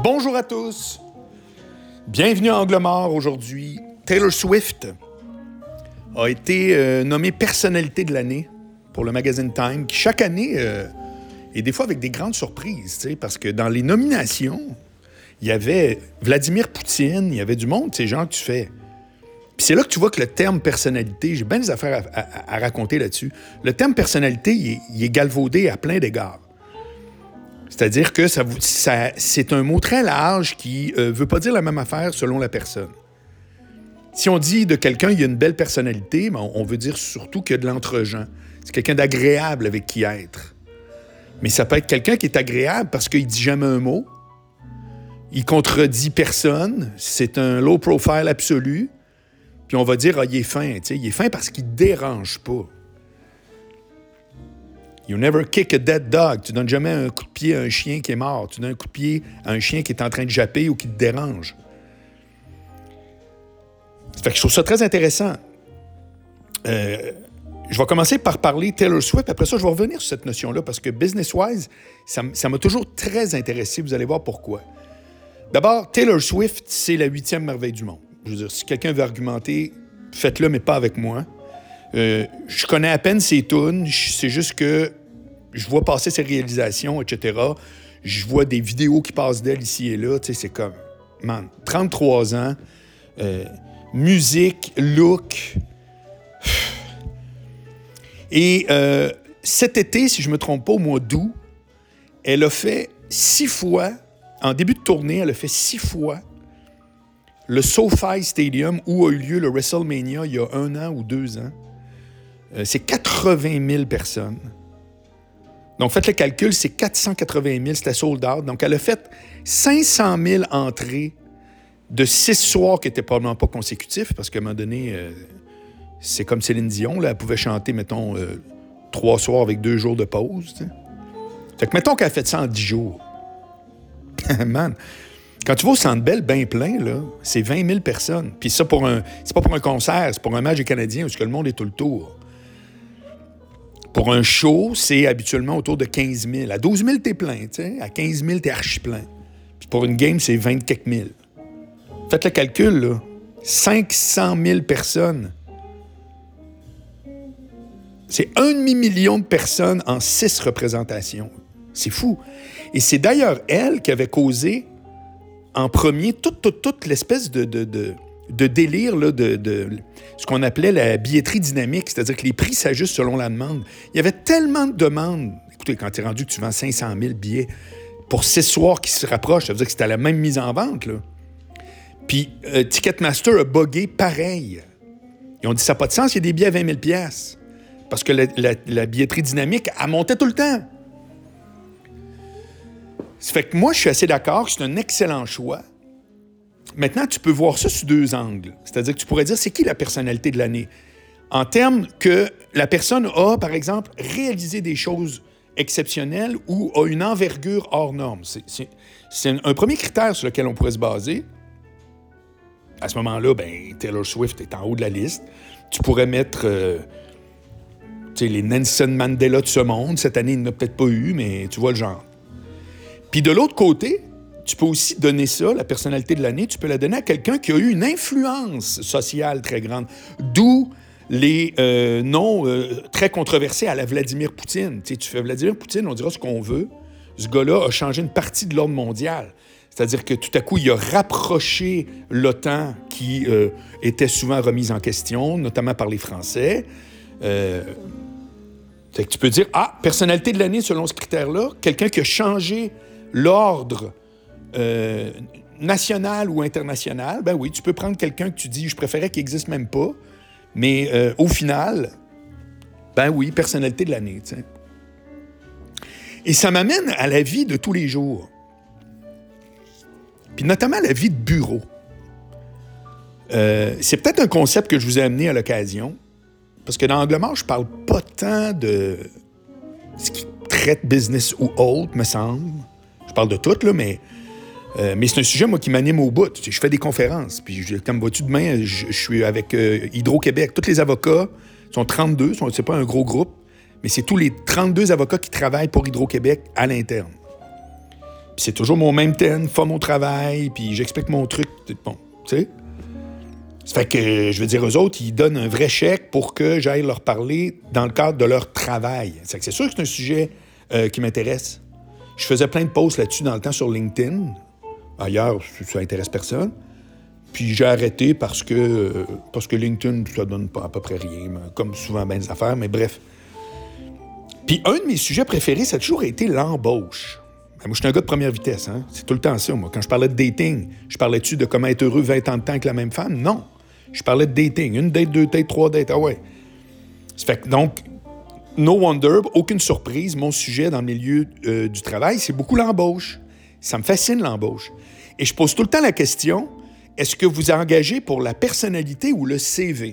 Bonjour à tous. Bienvenue à Angle Mort aujourd'hui. Taylor Swift a été nommée personnalité de l'année pour le magazine Time, qui chaque année, et des fois avec des grandes surprises, parce que dans les nominations, il y avait Vladimir Poutine, il y avait du monde, ces gens que tu fais. Puis c'est là que tu vois que le terme personnalité, j'ai bien des affaires à raconter là-dessus, le terme personnalité, il est galvaudé à plein d'égards. C'est-à-dire que c'est un mot très large qui ne veut pas dire la même affaire selon la personne. Si on dit de quelqu'un qu'il a une belle personnalité, on veut dire surtout qu'il y a de l'entre-gens. C'est quelqu'un d'agréable avec qui être. Mais ça peut être quelqu'un qui est agréable parce qu'il ne dit jamais un mot, il contredit personne, c'est un low profile absolu, puis on va dire « Ah, il est fin ». Il est fin parce qu'il ne dérange pas. You never kick a dead dog. Tu donnes jamais un coup de pied à un chien qui est mort. Tu donnes un coup de pied à un chien qui est en train de japper ou qui te dérange. Ça fait que je trouve ça très intéressant. Je vais commencer par parler Taylor Swift. Après ça, je vais revenir sur cette notion-là parce que business-wise, ça m'a toujours très intéressé. Vous allez voir pourquoi. D'abord, Taylor Swift, c'est la 8e merveille du monde. Je veux dire, si quelqu'un veut argumenter, faites-le, mais pas avec moi. Je connais à peine ses tunes, c'est juste que je vois passer ses réalisations, etc. Je vois des vidéos qui passent d'elle ici et là, c'est comme, man, 33 ans, musique, look. Et cet été, si je ne me trompe pas, au mois d'août, elle a fait 6 fois, en début de tournée, elle a fait 6 fois le SoFi Stadium où a eu lieu le WrestleMania il y a 1 an ou 2 ans. C'est 80 000 personnes. Donc, faites le calcul, c'est 480 000, c'était sold out. Donc, elle a fait 500 000 entrées de 6 soirs qui n'étaient probablement pas consécutifs, parce qu'à un moment donné, c'est comme Céline Dion, là, elle pouvait chanter, mettons, 3 soirs avec 2 jours de pause. T'sais. Fait que, mettons qu'elle a fait ça en 10 jours. Man, quand tu vas au Centre Bell bien plein, là, c'est 20 000 personnes. Puis ça, c'est pas pour un concert, c'est pour un match des Canadiens où le monde est tout le tour. Pour un show, c'est habituellement autour de 15 000. À 12 000, t'es plein. T'sais. À 15 000, t'es archi plein. Puis pour une game, c'est 20 quelques mille. Faites le calcul, là. 500 000 personnes. C'est 1 demi-million de personnes en 6 représentations. C'est fou. Et c'est d'ailleurs elle qui avait causé en premier toute l'espèce de délire là, de ce qu'on appelait la billetterie dynamique, c'est-à-dire que les prix s'ajustent selon la demande. Il y avait tellement de demandes. Écoutez, quand tu es rendu que tu vends 500 000 billets pour 6 soirs qui se rapprochent, ça veut dire que c'était la même mise en vente. Là. Puis Ticketmaster a buggé pareil. Ils ont dit ça n'a pas de sens, il y a des billets à 20 000 $. Parce que la billetterie dynamique, elle montait tout le temps. Ça fait que moi, je suis assez d'accord que c'est un excellent choix. Maintenant, tu peux voir ça sous 2 angles. C'est-à-dire que tu pourrais dire, c'est qui la personnalité de l'année? En termes que la personne a, par exemple, réalisé des choses exceptionnelles ou a une envergure hors norme. C'est un premier critère sur lequel on pourrait se baser. À ce moment-là, Taylor Swift est en haut de la liste. Tu pourrais mettre les Nelson Mandela de ce monde. Cette année, il n'en a peut-être pas eu, mais tu vois le genre. Puis de l'autre côté, tu peux aussi donner ça, la personnalité de l'année, tu peux la donner à quelqu'un qui a eu une influence sociale très grande. D'où les noms très controversés à la Vladimir Poutine. Tu fais Vladimir Poutine, on dira ce qu'on veut. Ce gars-là a changé une partie de l'ordre mondial. C'est-à-dire que tout à coup, il a rapproché l'OTAN qui était souvent remise en question, notamment par les Français. Fait que tu peux dire, personnalité de l'année selon ce critère-là, quelqu'un qui a changé l'ordre national ou international, ben oui, tu peux prendre quelqu'un que tu dis, je préférais qu'il n'existe même pas, mais au final, ben oui, personnalité de l'année. T'sais. Et ça m'amène à la vie de tous les jours. Puis notamment à la vie de bureau. C'est peut-être un concept que je vous ai amené à l'occasion, parce que dans Angle Mort, je parle pas tant de ce qui traite business ou autre, me semble. Je parle de tout, là, mais c'est un sujet, moi, qui m'anime au bout. Je fais des conférences. Puis, comme vois-tu, demain, je suis avec Hydro-Québec. Tous les avocats sont 32. C'est pas un gros groupe, mais c'est tous les 32 avocats qui travaillent pour Hydro-Québec à l'interne. Puis c'est toujours mon même thème, femme au travail, puis j'explique mon truc. Bon, tu sais. Ça fait que, je veux dire, eux autres, ils donnent un vrai chèque pour que j'aille leur parler dans le cadre de leur travail. C'est sûr que c'est un sujet qui m'intéresse. Je faisais plein de posts là-dessus dans le temps sur LinkedIn. Ailleurs, ça intéresse personne. Puis j'ai arrêté parce que LinkedIn, ça donne pas à peu près rien, comme souvent bien des affaires, mais bref. Puis un de mes sujets préférés, ça a toujours été l'embauche. Moi, je suis un gars de première vitesse, hein? C'est tout le temps ça, moi. Quand je parlais de dating, je parlais-tu de comment être heureux 20 ans de temps avec la même femme? Non. Je parlais de dating. Une date, deux dates, trois dates. Ah ouais. Ça fait que donc, no wonder, aucune surprise, mon sujet dans le milieu du travail, c'est beaucoup l'embauche. Ça me fascine, l'embauche. Et je pose tout le temps la question, est-ce que vous engagez pour la personnalité ou le CV?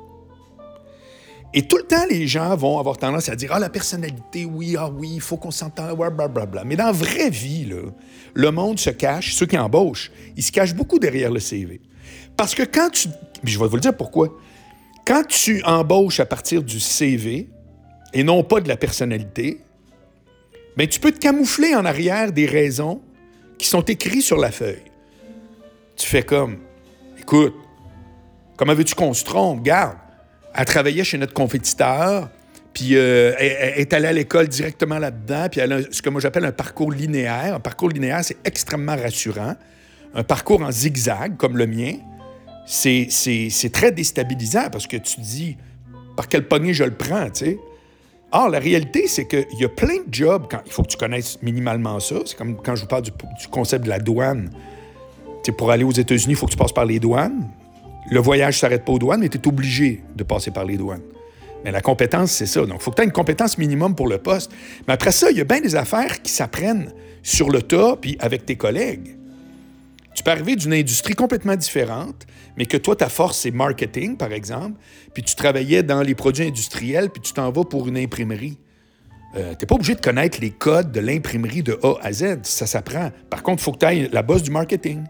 Et tout le temps, les gens vont avoir tendance à dire « Ah, la personnalité, oui, il faut qu'on s'entende, blablabla. » Mais dans la vraie vie, là, le monde se cache, ceux qui embauchent, ils se cachent beaucoup derrière le CV. Parce que quand tu... Je vais vous le dire pourquoi. Quand tu embauches à partir du CV, et non pas de la personnalité, bien, tu peux te camoufler en arrière des raisons qui sont écrites sur la feuille. Tu fais comme « Écoute, comment veux-tu qu'on se trompe? Garde. Elle travaillait chez notre compétiteur, puis elle est allée à l'école directement là-dedans, puis elle a ce que moi j'appelle un parcours linéaire. Un parcours linéaire, c'est extrêmement rassurant. Un parcours en zigzag, comme le mien, c'est très déstabilisant parce que tu te dis par quelle poignée je le prends, tu sais. Or, la réalité, c'est qu'il y a plein de jobs, il faut que tu connaisses minimalement ça. C'est comme quand je vous parle du concept de la douane. Tu sais, pour aller aux États-Unis, il faut que tu passes par les douanes. Le voyage ne s'arrête pas aux douanes, mais tu es obligé de passer par les douanes. Mais la compétence, c'est ça. Donc, il faut que tu aies une compétence minimum pour le poste. Mais après ça, il y a bien des affaires qui s'apprennent sur le tas puis avec tes collègues. Tu peux arriver d'une industrie complètement différente, mais que toi, ta force, c'est marketing, par exemple, puis tu travaillais dans les produits industriels, puis tu t'en vas pour une imprimerie. Tu n'es pas obligé de connaître les codes de l'imprimerie de A à Z. Ça s'apprend. Par contre, il faut que tu ailles la bosse du marketing.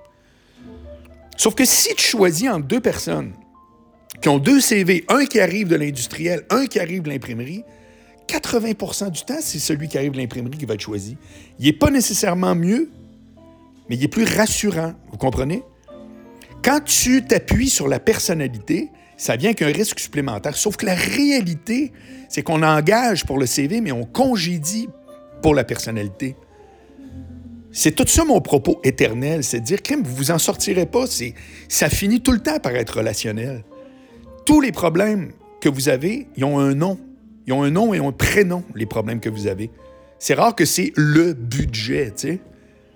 Sauf que si tu choisis entre deux personnes qui ont deux CV, un qui arrive de l'industriel, un qui arrive de l'imprimerie, 80% du temps, c'est celui qui arrive de l'imprimerie qui va être choisi. Il n'est pas nécessairement mieux, mais il est plus rassurant. Vous comprenez? Quand tu t'appuies sur la personnalité, ça vient qu'un risque supplémentaire. Sauf que la réalité, c'est qu'on engage pour le CV, mais on congédie pour la personnalité. C'est tout ça mon propos éternel, c'est de dire, crime, vous vous en sortirez pas, ça finit tout le temps par être relationnel. Tous les problèmes que vous avez, ils ont un nom. Ils ont un nom et un prénom, les problèmes que vous avez. C'est rare que c'est le budget, tu sais.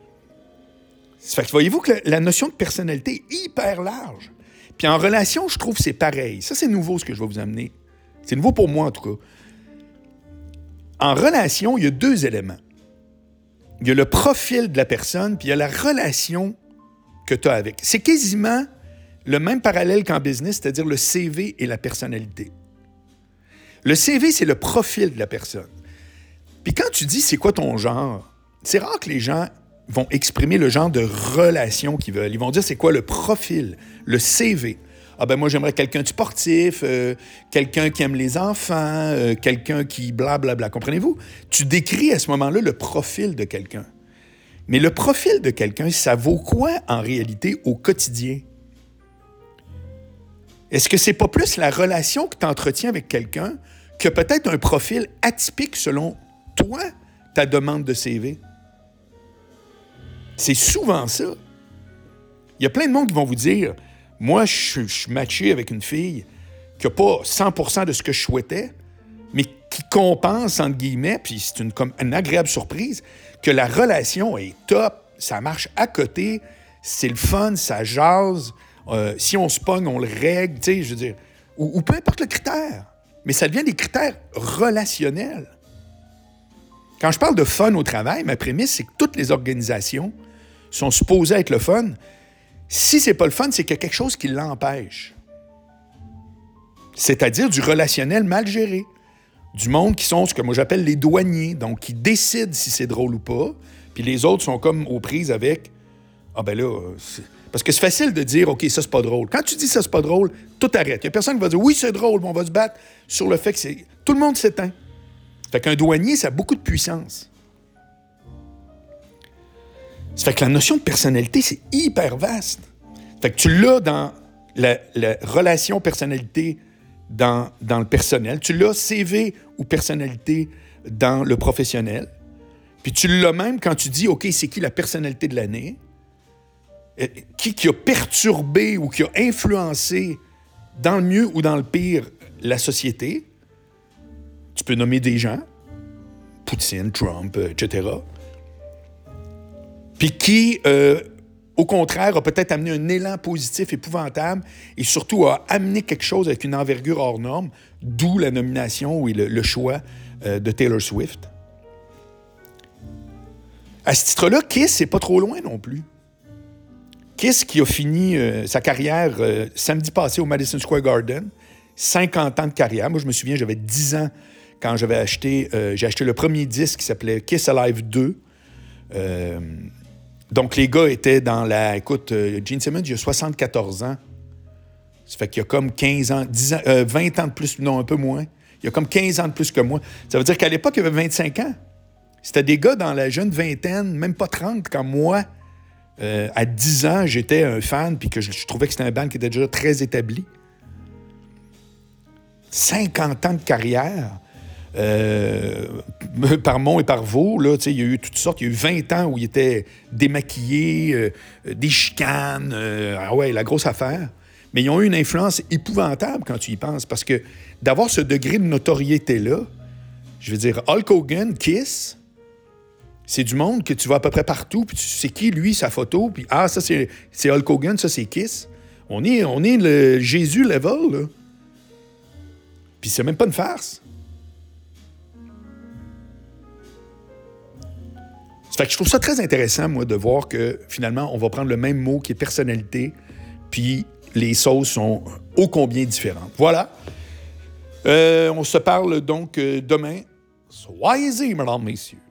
Fait que voyez-vous que la notion de personnalité est hyper large. Puis en relation, je trouve que c'est pareil. Ça, c'est nouveau ce que je vais vous amener. C'est nouveau pour moi, en tout cas. En relation, il y a deux éléments. Il y a le profil de la personne, puis il y a la relation que tu as avec. C'est quasiment le même parallèle qu'en business, c'est-à-dire le CV et la personnalité. Le CV, c'est le profil de la personne. Puis quand tu dis c'est quoi ton genre, c'est rare que les gens vont exprimer le genre de relation qu'ils veulent. Ils vont dire c'est quoi le profil, le CV. Ah ben moi, j'aimerais quelqu'un de sportif, quelqu'un qui aime les enfants, quelqu'un qui blablabla. Comprenez-vous? Tu décris à ce moment-là le profil de quelqu'un. Mais le profil de quelqu'un, ça vaut quoi en réalité au quotidien? Est-ce que c'est pas plus la relation que tu entretiens avec quelqu'un que peut-être un profil atypique selon toi, ta demande de CV? C'est souvent ça. Il y a plein de monde qui vont vous dire « Moi, je suis matché avec une fille qui n'a pas 100% de ce que je souhaitais, mais qui compense, entre guillemets, puis c'est une agréable surprise, que la relation est top, ça marche à côté, c'est le fun, ça jase, si on se pogne, on le règle, tu sais, je veux dire, ou peu importe le critère, mais ça devient des critères relationnels. Quand je parle de fun au travail, ma prémisse, c'est que toutes les organisations sont supposées être le fun. Si c'est pas le fun, c'est qu'il y a quelque chose qui l'empêche. C'est-à-dire du relationnel mal géré. Du monde qui sont ce que moi j'appelle les douaniers, donc qui décident si c'est drôle ou pas, puis les autres sont comme aux prises avec « Ah ben là, parce que c'est facile de dire « OK, ça c'est pas drôle ». Quand tu dis « ça c'est pas drôle », tout arrête. Il y a personne qui va dire « Oui, c'est drôle », mais on va se battre sur le fait que c'est... Tout le monde s'éteint. Fait qu'un douanier, ça a beaucoup de puissance. Ça fait que la notion de personnalité, c'est hyper vaste. Fait que tu l'as dans la relation personnalité dans le personnel. Tu l'as CV ou personnalité dans le professionnel. Puis tu l'as même quand tu dis, OK, c'est qui la personnalité de l'année? Qui a perturbé ou qui a influencé, dans le mieux ou dans le pire, la société? Tu peux nommer des gens, Poutine, Trump, etc. Puis qui, au contraire, a peut-être amené un élan positif épouvantable et surtout a amené quelque chose avec une envergure hors norme, d'où la nomination et le choix de Taylor Swift. À ce titre-là, Kiss, c'est pas trop loin non plus. Kiss qui a fini sa carrière samedi passé au Madison Square Garden, 50 ans de carrière. Moi, je me souviens, j'avais 10 ans quand j'ai acheté le premier disque qui s'appelait Kiss Alive 2. Donc, les gars étaient dans la... Écoute, Gene Simmons, il a 74 ans. Ça fait qu'il y a comme 15 ans, 20 ans de plus, non, un peu moins. Il y a comme 15 ans de plus que moi. Ça veut dire qu'à l'époque, il avait 25 ans. C'était des gars dans la jeune vingtaine, même pas 30, quand moi, à 10 ans, j'étais un fan puis que je trouvais que c'était un band qui était déjà très établi. 50 ans de carrière, par Mont et par Vaux, là, il y a eu toutes sortes. Il y a eu 20 ans où il était démaquillé, des chicanes, ah ouais, la grosse affaire. Mais ils ont eu une influence épouvantable quand tu y penses, parce que d'avoir ce degré de notoriété-là, je veux dire, Hulk Hogan, Kiss, c'est du monde que tu vas à peu près partout, puis tu sais qui, lui, sa photo, puis ah, ça, c'est Hulk Hogan, ça, c'est Kiss. On est le Jésus level, là. Puis c'est même pas une farce. Ça fait que je trouve ça très intéressant, moi, de voir que, finalement, on va prendre le même mot qui est personnalité, puis les sauces sont ô combien différentes. Voilà. On se parle donc demain. Soyez-y, mesdames, messieurs.